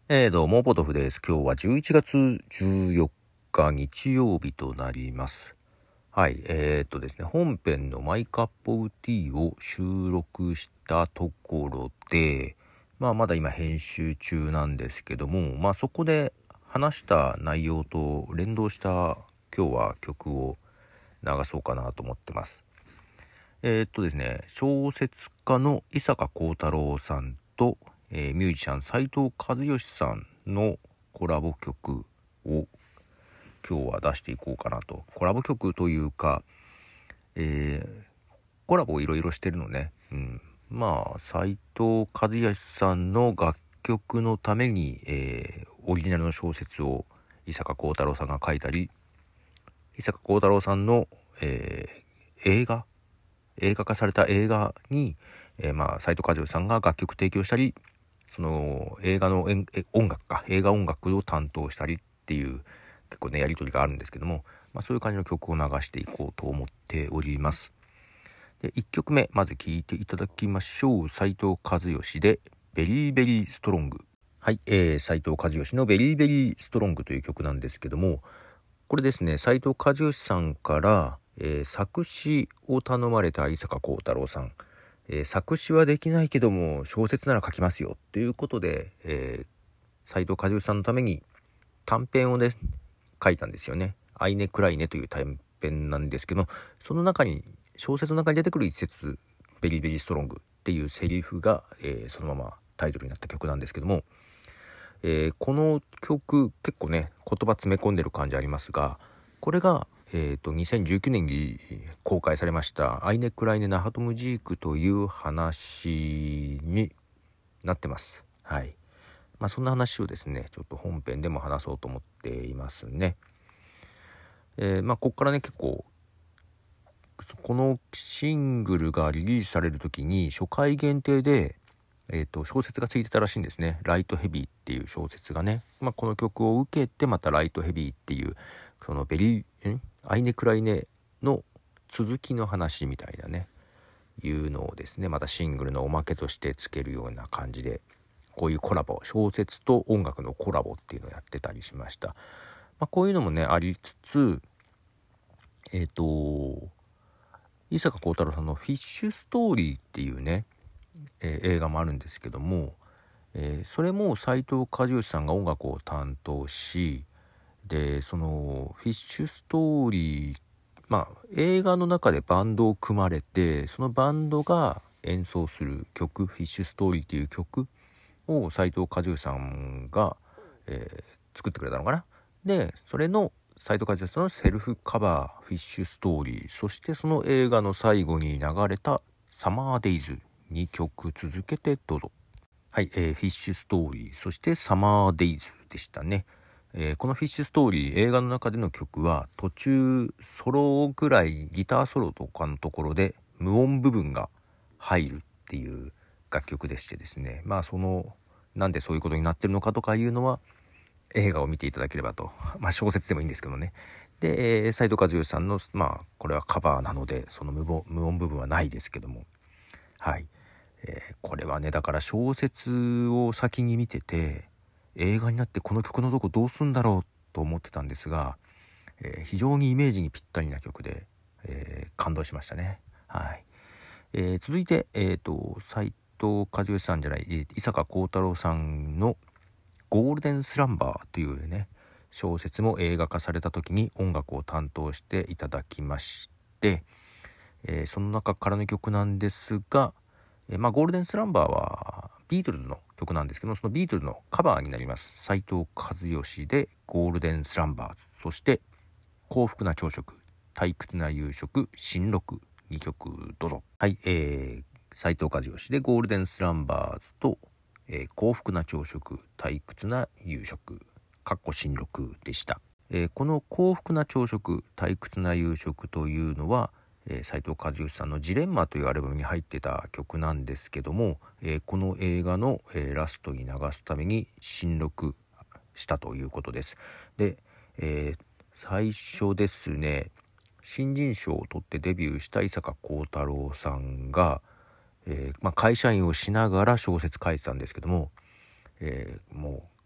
どうも、ポトフです。今日は11月14日日曜日となります。はい、ですね、本編のマイカップオブティーを収録したところで、まだ今編集中なんですけども、そこで話した内容と連動した今日は曲を流そうかなと思ってます。ですね、小説家の伊坂幸太郎さんとミュージシャン斉藤和義さんのコラボ曲を今日は出していこうかなと。コラボ曲というか、コラボをいろいろしてるのね。斉藤和義さんの楽曲のために、オリジナルの小説を伊坂幸太郎さんが書いたり、伊坂幸太郎さんの、映画化された映画に、斉藤和義さんが楽曲提供したり、その映画の映画音楽を担当したりっていう結構ねやり取りがあるんですけども、そういう感じの曲を流していこうと思っております。で、1曲目まず聴いていただきましょう。斉藤和義でベリーベリーストロング。はい、斉藤和義のベリーベリーストロングという曲なんですけども、これですね、斉藤和義さんから、作詞を頼まれた伊坂幸太郎さん、作詞はできないけども小説なら書きますよということで、斉藤和義さんのために短編をね書いたんですよね。アイネクライネという短編なんですけど、その中に小説の中に出てくる一節ベリーベリーストロングっていうセリフが、そのままタイトルになった曲なんですけども、この曲結構ね言葉詰め込んでる感じありますが、これが、2019年に公開されましたアイネクライネナハトムジークという話になってます。はい。そんな話をですねちょっと本編でも話そうと思っていますね。こっからね結構このシングルがリリースされる時に初回限定で小説がついてたらしいんですね。ライトヘビーっていう小説がね、この曲を受けてまたライトヘビーっていうそのアイネクライネの続きの話みたいなねいうのをですねまたシングルのおまけとしてつけるような感じで、こういうコラボ、小説と音楽のコラボっていうのをやってたりしました。こういうのもねありつつ、伊坂幸太郎さんのフィッシュストーリーっていうね、映画もあるんですけども、それも斉藤和義さんが音楽を担当し、でそのフィッシュストーリー、映画の中でバンドを組まれて、そのバンドが演奏する曲、フィッシュストーリーっていう曲を斉藤和義さんが、作ってくれたのかな。でそれの斉藤和義さんのセルフカバーフィッシュストーリー、そしてその映画の最後に流れたサマーデイズ、2曲続けてどうぞ。はい、フィッシュストーリー、そしてサマーデイズでしたね。このフィッシュストーリー、映画の中での曲は途中ソロぐらい、ギターソロとかのところで無音部分が入るっていう楽曲でしてですね、なんでそういうことになってるのかとかいうのは映画を見ていただければと。小説でもいいんですけどね。で、斉藤和義さんのこれはカバーなのでその無音部分はないですけども、はい。これはねだから小説を先に見てて映画になってこの曲のどこどうすんだろうと思ってたんですが、非常にイメージにぴったりな曲で、感動しましたね。はい。続いて、斉藤和義さんじゃない、伊坂幸太郎さんのゴールデンスランバーというね小説も映画化された時に音楽を担当していただきまして、その中からの曲なんですが、ゴールデンスランバーはビートルズの曲なんですけど、そのビートルズのカバーになります斉藤和義でゴールデンスランバーズ、そして幸福な朝食、退屈な夕食、新録、2曲どうぞ。はい、斉藤和義でゴールデンスランバーズと、幸福な朝食、退屈な夕食新録でした。この幸福な朝食、退屈な夕食というのは斉藤和義さんのジレンマというアルバムに入ってた曲なんですけども、この映画の、ラストに流すために新録したということです。で、最初ですね新人賞を取ってデビューした伊坂幸太郎さんが、会社員をしながら小説書いてたんですけども、もう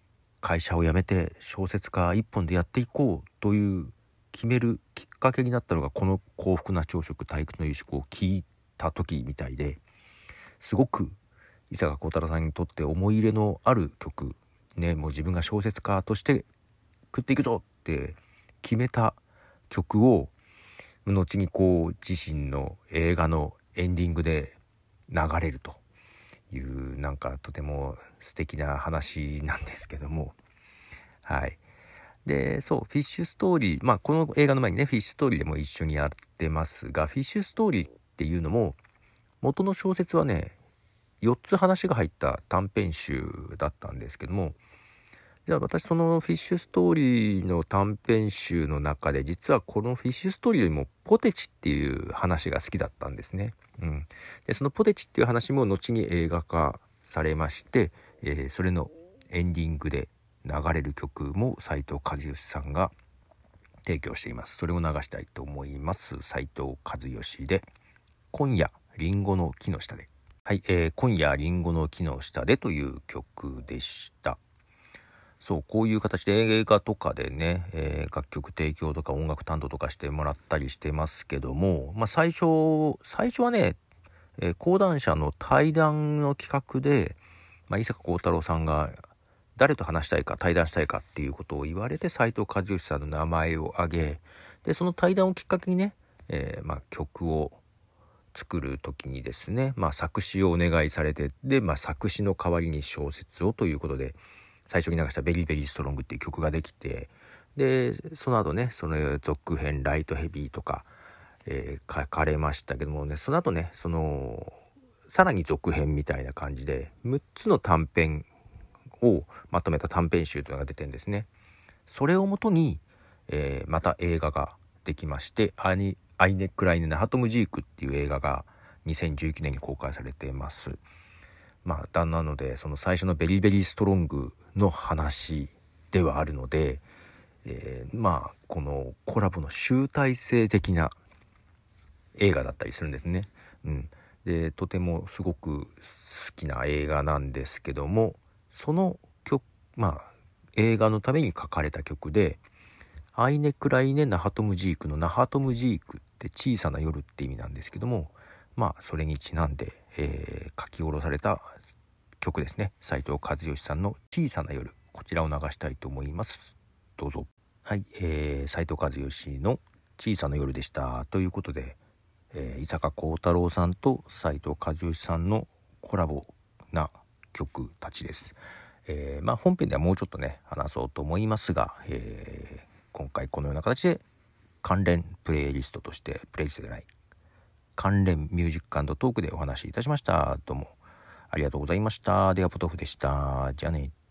会社を辞めて小説家一本でやっていこうという決めるきっかけになったのがこの幸福な朝食退屈の夕食を聞いた時みたいで、すごく伊坂幸太郎さんにとって思い入れのある曲ね、もう自分が小説家として食っていくぞって決めた曲を後にこう自身の映画のエンディングで流れるという、なんかとても素敵な話なんですけども、はい。で、そうフィッシュストーリー、この映画の前にねフィッシュストーリーでも一緒にやってますが、フィッシュストーリーっていうのも元の小説はね4つ話が入った短編集だったんですけども、じゃあ私そのフィッシュストーリーの短編集の中で実はこのフィッシュストーリーよりもポテチっていう話が好きだったんですね。でそのポテチっていう話も後に映画化されまして、それのエンディングで流れる曲も斉藤和義さんが提供しています。それを流したいと思います。斉藤和義で今夜リンゴの木の下で。はい、今夜リンゴの木の下でという曲でした。そう、こういう形で映画とかでね、楽曲提供とか音楽担当とかしてもらったりしてますけども、最初はね、講談社の対談の企画で、伊坂幸太郎さんが誰と話したいか対談したいかっていうことを言われて斉藤和義さんの名前を挙げ、でその対談をきっかけにね、曲を作る時にですね、作詞をお願いされて、で、作詞の代わりに小説をということで最初に流したベリーベリーストロングっていう曲ができて、でその後ねその続編ライトヘビーとか、書かれましたけどもね、その後ねさらに続編みたいな感じで6つの短編をまとめた短編集というのが出てるんですね。それをもとに、また映画ができまして、アイネックライネ・ナハトムジークっていう映画が2019年に公開されています。なのでその最初のベリーベリーストロングの話ではあるので、このコラボの集大成的な映画だったりするんですね。でとてもすごく好きな映画なんですけども、その曲映画のために書かれた曲でアイネクライネ・ナハトムジークのナハトムジークって小さな夜って意味なんですけども、それにちなんで、書き下ろされた曲ですね。斉藤和義さんの小さな夜、こちらを流したいと思います。どうぞ。はい、斉藤和義の小さな夜でしたということで、伊坂幸太郎さんと斉藤和義さんのコラボな曲たちです。本編ではもうちょっとね話そうと思いますが、今回このような形で関連プレイリストとして関連ミュージック&トークでお話しいたしました。どうもありがとうございました。ではポトフでした。じゃあね。